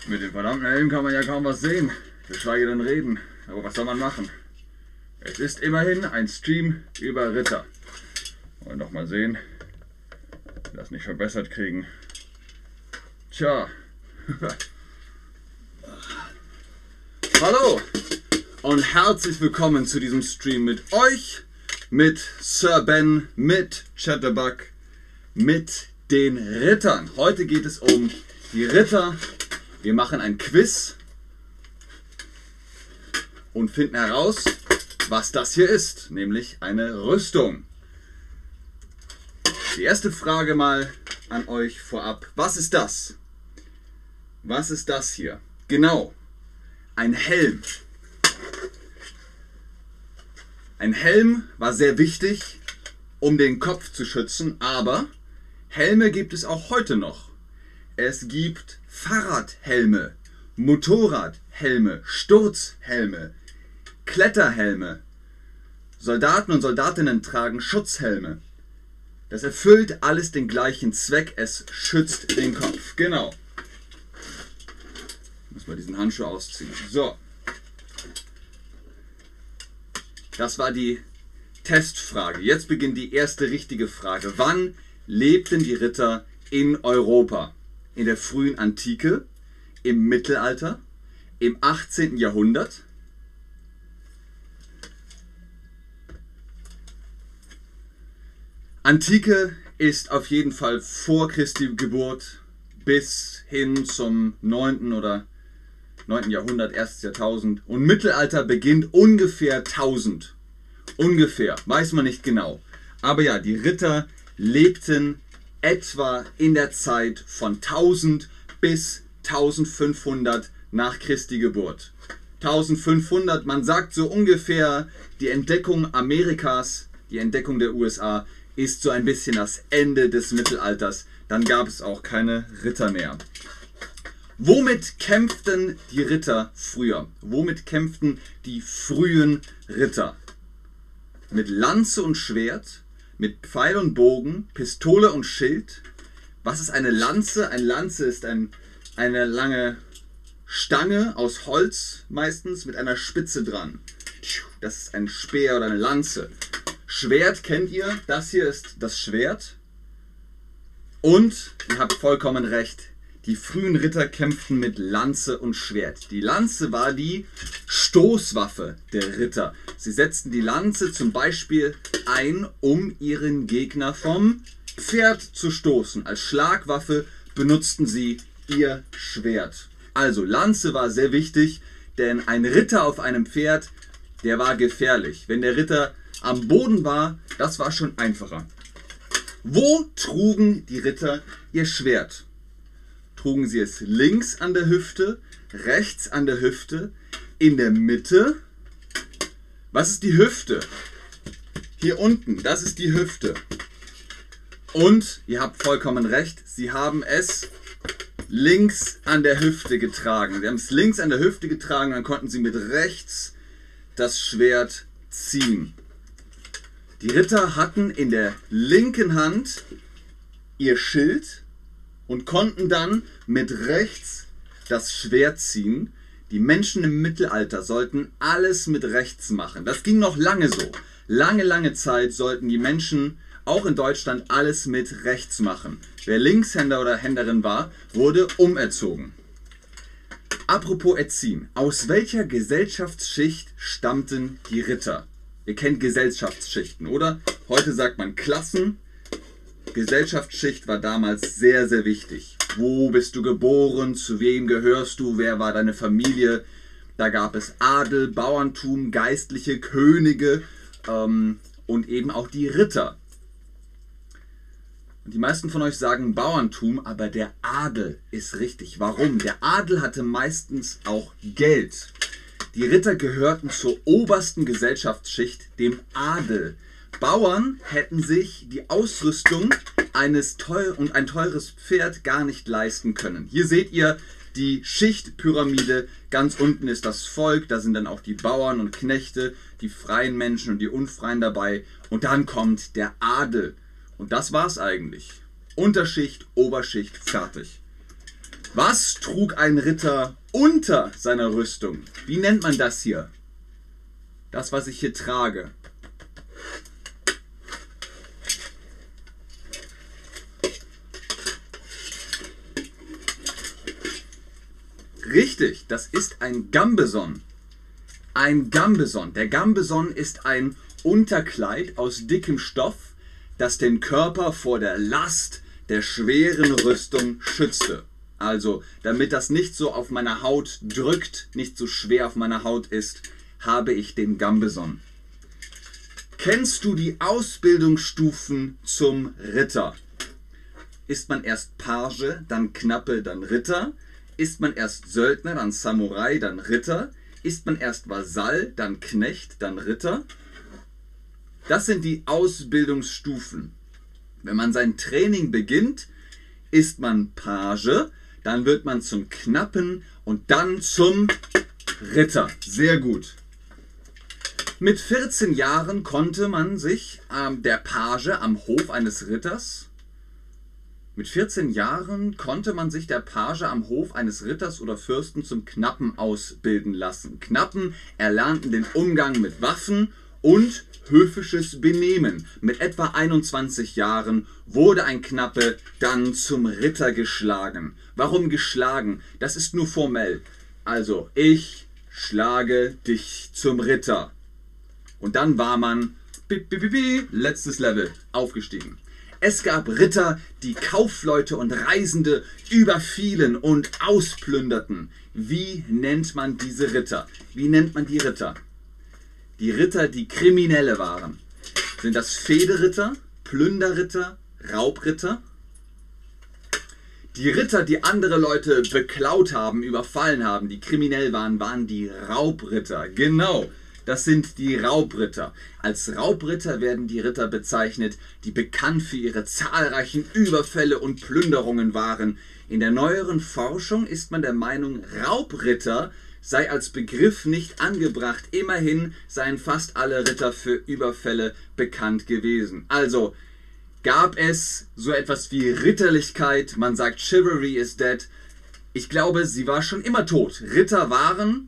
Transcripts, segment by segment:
Mit dem verdammten Helm kann man ja kaum was sehen, geschweige denn reden. Aber was soll man machen? Es ist immerhin ein Stream über Ritter. Wollen wir doch mal sehen, ob wir das nicht verbessert kriegen. Tja. Hallo und herzlich willkommen zu diesem Stream mit euch, mit Sir Ben, mit Chatterbug, mit den Rittern. Heute geht es um die Ritter. Wir machen ein Quiz und finden heraus, was das hier ist, nämlich eine Rüstung. Die erste Frage mal an euch vorab. Was ist das? Was ist das hier? Genau, ein Helm. Ein Helm war sehr wichtig, um den Kopf zu schützen, aber Helme gibt es auch heute noch. Es gibt Fahrradhelme, Motorradhelme, Sturzhelme, Kletterhelme. Soldaten und Soldatinnen tragen Schutzhelme. Das erfüllt alles den gleichen Zweck, es schützt den Kopf. Genau. Muss man diesen Handschuh ausziehen. So. Das war die Testfrage. Jetzt beginnt die erste richtige Frage. Wann lebten die Ritter in Europa? In der frühen Antike, im Mittelalter, im 18. Jahrhundert? Antike ist auf jeden Fall vor Christi Geburt bis hin zum 9. oder 9. Jahrhundert, erstes Jahrtausend. Und Mittelalter beginnt ungefähr 1000. Ungefähr, weiß man nicht genau. Aber ja, die Ritter lebten etwa in der Zeit von 1000 bis 1500 nach Christi Geburt. 1500, man sagt so ungefähr, die Entdeckung Amerikas, die Entdeckung der USA ist so ein bisschen das Ende des Mittelalters. Dann gab es auch keine Ritter mehr. Womit kämpften die Ritter früher? Womit kämpften die frühen Ritter? Mit Lanze und Schwert? Mit Pfeil und Bogen, Pistole und Schild. Was ist eine Lanze? Eine Lanze ist eine lange Stange aus Holz, meistens mit einer Spitze dran. Das ist ein Speer oder eine Lanze. Schwert kennt ihr, das hier ist das Schwert. Und, ihr habt vollkommen recht, die frühen Ritter kämpften mit Lanze und Schwert. Die Lanze war die Stoßwaffe der Ritter. Sie setzten die Lanze zum Beispiel ein, um ihren Gegner vom Pferd zu stoßen. Als Schlagwaffe benutzten sie ihr Schwert. Also Lanze war sehr wichtig, denn ein Ritter auf einem Pferd, der war gefährlich. Wenn der Ritter am Boden war, das war schon einfacher. Wo trugen die Ritter ihr Schwert? Trugen sie es links an der Hüfte, rechts an der Hüfte, in der Mitte? Was ist die Hüfte? Hier unten, das ist die Hüfte. Und, ihr habt vollkommen recht, sie haben es links an der Hüfte getragen. Sie haben es links an der Hüfte getragen, dann konnten sie mit rechts das Schwert ziehen. Die Ritter hatten in der linken Hand ihr Schild und konnten dann mit rechts das Schwert ziehen. Die Menschen im Mittelalter sollten alles mit rechts machen. Das ging noch lange so. Lange Zeit sollten die Menschen, auch in Deutschland, alles mit rechts machen. Wer Linkshänder oder Händerin war, wurde umerzogen. Apropos Erziehen. Aus welcher Gesellschaftsschicht stammten die Ritter? Ihr kennt Gesellschaftsschichten, oder? Heute sagt man Klassen. Gesellschaftsschicht war damals sehr, sehr wichtig. Wo bist du geboren? Zu wem gehörst du? Wer war deine Familie? Da gab es Adel, Bauerntum, Geistliche, Könige und eben auch die Ritter. Und die meisten von euch sagen Bauerntum, aber der Adel ist richtig. Warum? Der Adel hatte meistens auch Geld. Die Ritter gehörten zur obersten Gesellschaftsschicht, dem Adel. Bauern hätten sich die Ausrüstung ein teures Pferd gar nicht leisten können. Hier seht ihr die Schichtpyramide. Ganz unten ist das Volk, da sind dann auch die Bauern und Knechte, die freien Menschen und die unfreien dabei. Und dann kommt der Adel. Und das war's eigentlich. Unterschicht, Oberschicht, fertig. Was trug ein Ritter unter seiner Rüstung? Wie nennt man das hier? Das, was ich hier trage. Richtig, das ist ein Gambeson. Ein Gambeson. Der Gambeson ist ein Unterkleid aus dickem Stoff, das den Körper vor der Last der schweren Rüstung schützte. Also, damit das nicht so auf meiner Haut drückt, nicht so schwer auf meiner Haut ist, habe ich den Gambeson. Kennst du die Ausbildungsstufen zum Ritter? Ist man erst Page, dann Knappe, dann Ritter? Ist man erst Söldner, dann Samurai, dann Ritter? Ist man erst Vasall, dann Knecht, dann Ritter? Das sind die Ausbildungsstufen. Wenn man sein Training beginnt, ist man Page, dann wird man zum Knappen und dann zum Ritter. Sehr gut. Mit 14 Jahren konnte man sich der Page am Hof eines Ritters Mit 14 Jahren konnte man sich der Page am Hof eines Ritters oder Fürsten zum Knappen ausbilden lassen. Knappen erlernten den Umgang mit Waffen und höfisches Benehmen. Mit etwa 21 Jahren wurde ein Knappe dann zum Ritter geschlagen. Warum geschlagen? Das ist nur formell. Also, ich schlage dich zum Ritter. Und dann war man, letztes Level, aufgestiegen. Es gab Ritter, die Kaufleute und Reisende überfielen und ausplünderten. Wie nennt man diese Ritter? Wie nennt man die Ritter? Die Ritter, die Kriminelle waren. Sind das Fehde-Ritter, Plünderritter, Raubritter? Die Ritter, die andere Leute beklaut haben, überfallen haben, die kriminell waren, waren die Raubritter. Genau. Das sind die Raubritter. Als Raubritter werden die Ritter bezeichnet, die bekannt für ihre zahlreichen Überfälle und Plünderungen waren. In der neueren Forschung ist man der Meinung, Raubritter sei als Begriff nicht angebracht. Immerhin seien fast alle Ritter für Überfälle bekannt gewesen. Also gab es so etwas wie Ritterlichkeit. Man sagt, Chivalry is dead. Ich glaube, sie war schon immer tot. Ritter waren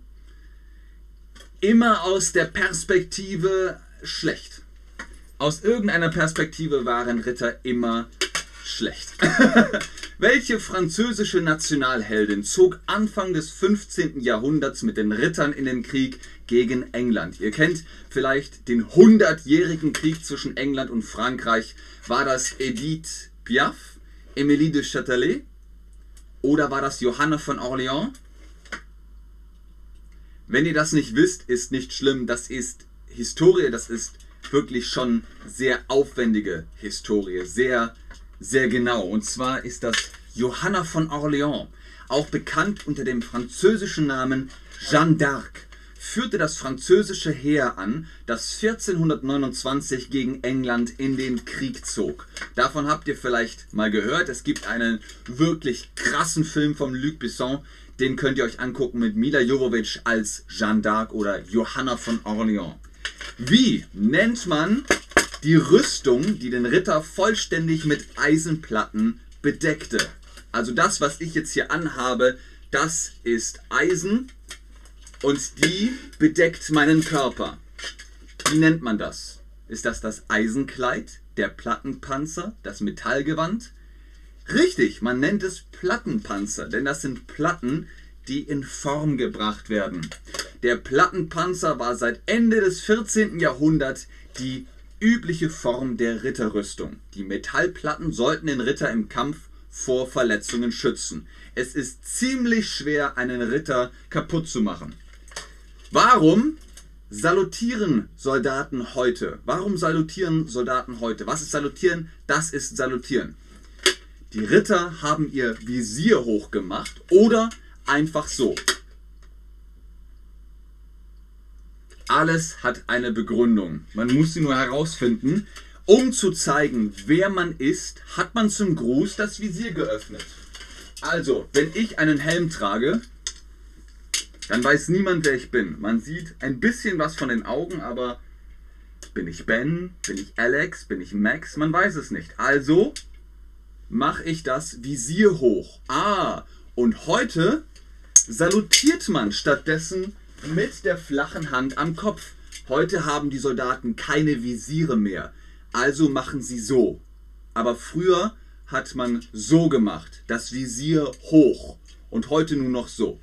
immer aus der Perspektive schlecht. Aus irgendeiner Perspektive waren Ritter immer schlecht. Welche französische Nationalheldin zog Anfang des 15. Jahrhunderts mit den Rittern in den Krieg gegen England? Ihr kennt vielleicht den 100-jährigen Krieg zwischen England und Frankreich. War das Edith Piaf, Emilie de Châtelet oder war das Johanna von Orléans? Wenn ihr das nicht wisst, ist nicht schlimm. Das ist Historie, das ist wirklich schon sehr aufwendige Historie. Sehr, sehr genau. Und zwar ist das Johanna von Orléans, auch bekannt unter dem französischen Namen Jeanne d'Arc, führte das französische Heer an, das 1429 gegen England in den Krieg zog. Davon habt ihr vielleicht mal gehört. Es gibt einen wirklich krassen Film von Luc Besson. Den könnt ihr euch angucken mit Mila Jovovich als Jeanne d'Arc oder Johanna von Orléans. Wie nennt man die Rüstung, die den Ritter vollständig mit Eisenplatten bedeckte? Also das, was ich jetzt hier anhabe, das ist Eisen und die bedeckt meinen Körper. Wie nennt man das? Ist das das Eisenkleid, der Plattenpanzer, das Metallgewand? Richtig, man nennt es Plattenpanzer, denn das sind Platten, die in Form gebracht werden. Der Plattenpanzer war seit Ende des 14. Jahrhunderts die übliche Form der Ritterrüstung. Die Metallplatten sollten den Ritter im Kampf vor Verletzungen schützen. Es ist ziemlich schwer, einen Ritter kaputt zu machen. Warum salutieren Soldaten heute? Warum salutieren Soldaten heute? Was ist Salutieren? Das ist Salutieren. Die Ritter haben ihr Visier hochgemacht oder einfach so. Alles hat eine Begründung. Man muss sie nur herausfinden. Um zu zeigen, wer man ist, hat man zum Gruß das Visier geöffnet. Also, wenn ich einen Helm trage, dann weiß niemand, wer ich bin. Man sieht ein bisschen was von den Augen, aber bin ich Ben? Bin ich Alex? Bin ich Max? Man weiß es nicht. Also mache ich das Visier hoch. Und heute salutiert man stattdessen mit der flachen Hand am Kopf. Heute haben die Soldaten keine Visiere mehr, also machen sie so. Aber früher hat man so gemacht, das Visier hoch und heute nur noch so.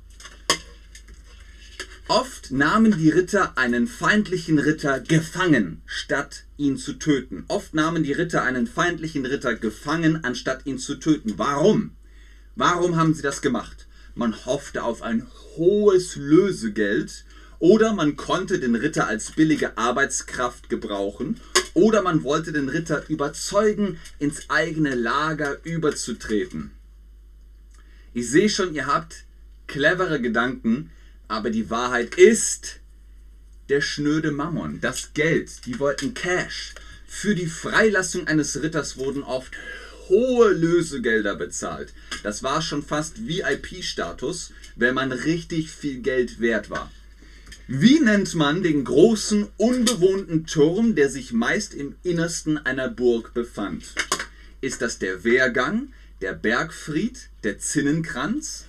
Oft nahmen die Ritter einen feindlichen Ritter gefangen, statt ihn zu töten. Oft nahmen die Ritter einen feindlichen Ritter gefangen, anstatt ihn zu töten. Warum? Warum haben sie das gemacht? Man hoffte auf ein hohes Lösegeld oder man konnte den Ritter als billige Arbeitskraft gebrauchen oder man wollte den Ritter überzeugen, ins eigene Lager überzutreten. Ich sehe schon, ihr habt clevere Gedanken, aber die Wahrheit ist der schnöde Mammon, das Geld. Die wollten Cash. Für die Freilassung eines Ritters wurden oft hohe Lösegelder bezahlt. Das war schon fast VIP-Status, wenn man richtig viel Geld wert war. Wie nennt man den großen, unbewohnten Turm, der sich meist im Innersten einer Burg befand? Ist das der Wehrgang, der Bergfried, der Zinnenkranz?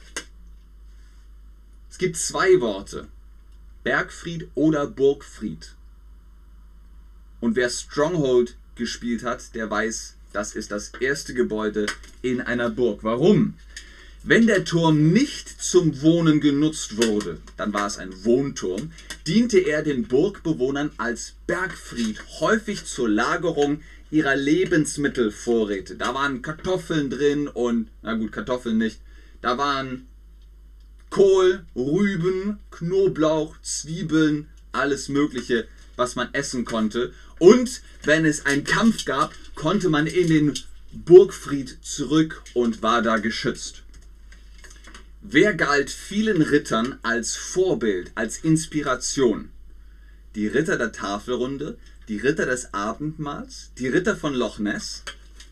Es gibt zwei Worte, Bergfried oder Burgfried. Und wer Stronghold gespielt hat, der weiß, das ist das erste Gebäude in einer Burg. Warum? Wenn der Turm nicht zum Wohnen genutzt wurde, dann war es ein Wohnturm, diente er den Burgbewohnern als Bergfried, häufig zur Lagerung ihrer Lebensmittelvorräte. Da waren Kartoffeln drin und, na gut, Kartoffeln nicht, da waren Kohl, Rüben, Knoblauch, Zwiebeln, alles Mögliche, was man essen konnte. Und wenn es einen Kampf gab, konnte man in den Burgfried zurück und war da geschützt. Wer galt vielen Rittern als Vorbild, als Inspiration? Die Ritter der Tafelrunde, die Ritter des Abendmahls, die Ritter von Loch Ness.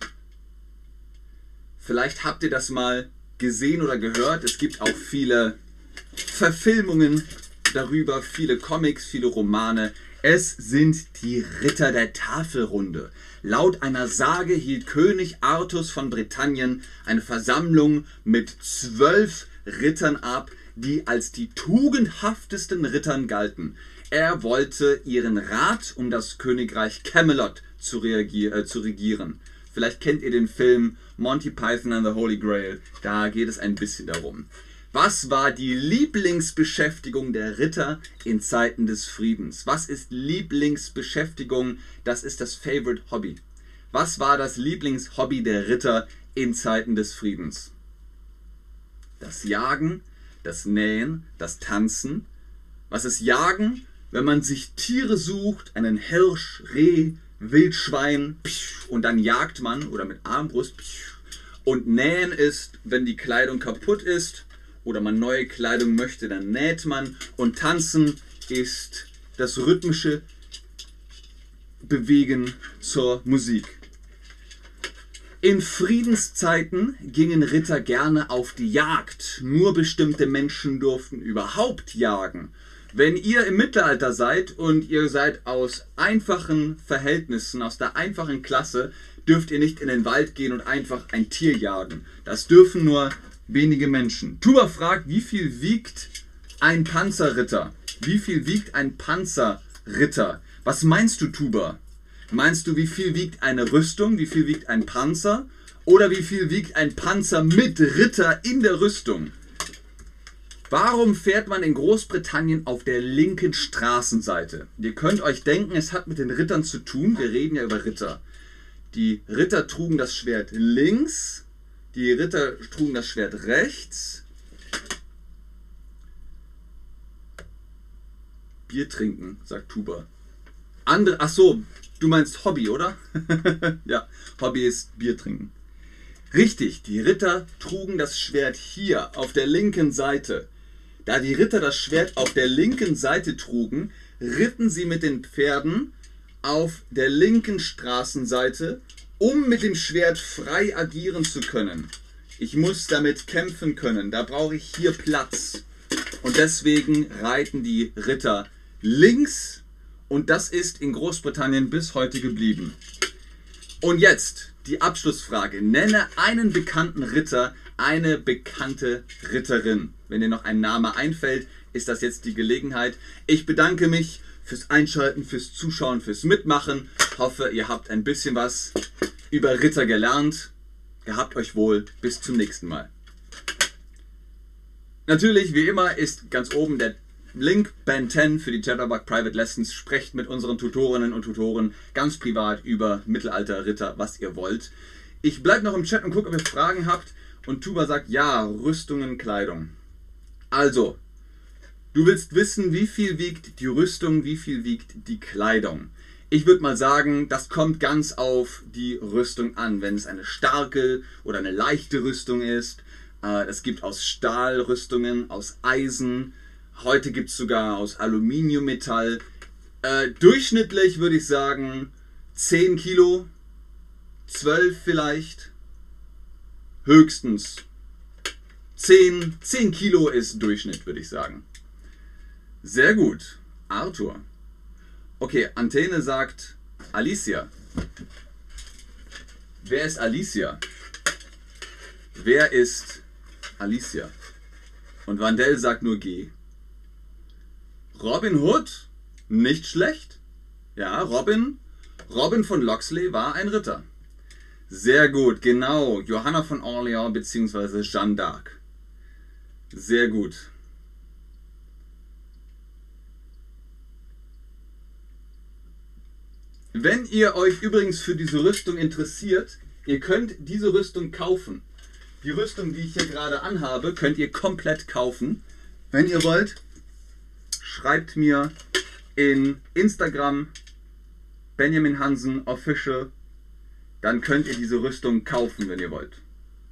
Vielleicht habt ihr das mal gesehen oder gehört. Es gibt auch viele Verfilmungen darüber, viele Comics, viele Romane. Es sind die Ritter der Tafelrunde. Laut einer Sage hielt König Artus von Britannien eine Versammlung mit 12 Rittern ab, die als die tugendhaftesten Rittern galten. Er wollte ihren Rat, um das Königreich Camelot zu regieren. Vielleicht kennt ihr den Film Monty Python and the Holy Grail. Da geht es ein bisschen darum. Was war die Lieblingsbeschäftigung der Ritter in Zeiten des Friedens? Was ist Lieblingsbeschäftigung? Das ist das Favorite Hobby. Was war das Lieblingshobby der Ritter in Zeiten des Friedens? Das Jagen, das Nähen, das Tanzen. Was ist Jagen? Wenn man sich Tiere sucht, einen Hirsch, Reh, Wildschwein, und dann jagt man oder mit Armbrust. Und Nähen ist, wenn die Kleidung kaputt ist oder man neue Kleidung möchte, dann näht man. Und Tanzen ist das rhythmische Bewegen zur Musik. In Friedenszeiten gingen Ritter gerne auf die Jagd. Nur bestimmte Menschen durften überhaupt jagen. Wenn ihr im Mittelalter seid und ihr seid aus einfachen Verhältnissen, aus der einfachen Klasse, dürft ihr nicht in den Wald gehen und einfach ein Tier jagen. Das dürfen nur wenige Menschen. Tuba fragt, wie viel wiegt ein Panzerritter? Wie viel wiegt ein Panzerritter? Was meinst du, Tuba? Meinst du, wie viel wiegt eine Rüstung? Wie viel wiegt ein Panzer? Oder wie viel wiegt ein Panzer mit Ritter in der Rüstung? Warum fährt man in Großbritannien auf der linken Straßenseite? Ihr könnt euch denken, es hat mit den Rittern zu tun. Wir reden ja über Ritter. Die Ritter trugen das Schwert links, die Ritter trugen das Schwert rechts. Bier trinken, sagt Tuba. Ach so, du meinst Hobby, oder? Ja, Hobby ist Bier trinken. Richtig, die Ritter trugen das Schwert hier auf der linken Seite. Da die Ritter das Schwert auf der linken Seite trugen, ritten sie mit den Pferden auf der linken Straßenseite, um mit dem Schwert frei agieren zu können. Ich muss damit kämpfen können, da brauche ich hier Platz. Und deswegen reiten die Ritter links und das ist in Großbritannien bis heute geblieben. Und jetzt die Abschlussfrage. Nenne einen bekannten Ritter eine bekannte Ritterin. Wenn dir noch ein Name einfällt, ist das jetzt die Gelegenheit. Ich bedanke mich fürs Einschalten, fürs Zuschauen, fürs Mitmachen. Hoffe, ihr habt ein bisschen was über Ritter gelernt. Gehabt euch wohl. Bis zum nächsten Mal. Natürlich, wie immer, ist ganz oben der Link Band 10 für die Chatterbug Private Lessons. Sprecht mit unseren Tutorinnen und Tutoren ganz privat über Mittelalter, Ritter, was ihr wollt. Ich bleibe noch im Chat und gucke, ob ihr Fragen habt. Und Tuba sagt, ja, Rüstungen, Kleidung. Also, du willst wissen, wie viel wiegt die Rüstung, wie viel wiegt die Kleidung. Ich würde mal sagen, das kommt ganz auf die Rüstung an. Wenn es eine starke oder eine leichte Rüstung ist. Es gibt aus Stahl Rüstungen, aus Eisen. Heute gibt es sogar aus Aluminiummetall. Durchschnittlich würde ich sagen 10 Kilo, 12 vielleicht. Höchstens 10 Kilo ist Durchschnitt, würde ich sagen. Sehr gut. Arthur. Okay, Antene sagt Alicia. Wer ist Alicia? Wer ist Alicia? Und Vandel sagt nur G. Robin Hood? Nicht schlecht. Ja, Robin von Locksley war ein Ritter. Sehr gut, genau. Johanna von Orleans bzw. Jeanne d'Arc. Sehr gut. Wenn ihr euch übrigens für diese Rüstung interessiert, ihr könnt diese Rüstung kaufen. Die Rüstung, die ich hier gerade anhabe, könnt ihr komplett kaufen. Wenn ihr wollt, schreibt mir in Instagram Benjamin Hansen Official. Dann könnt ihr diese Rüstung kaufen, wenn ihr wollt.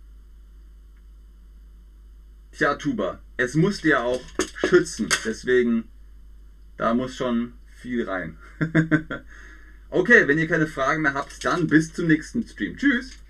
Tja, Tuba, es muss dir auch schützen. Deswegen, da muss schon viel rein. Okay, wenn ihr keine Fragen mehr habt, dann bis zum nächsten Stream. Tschüss!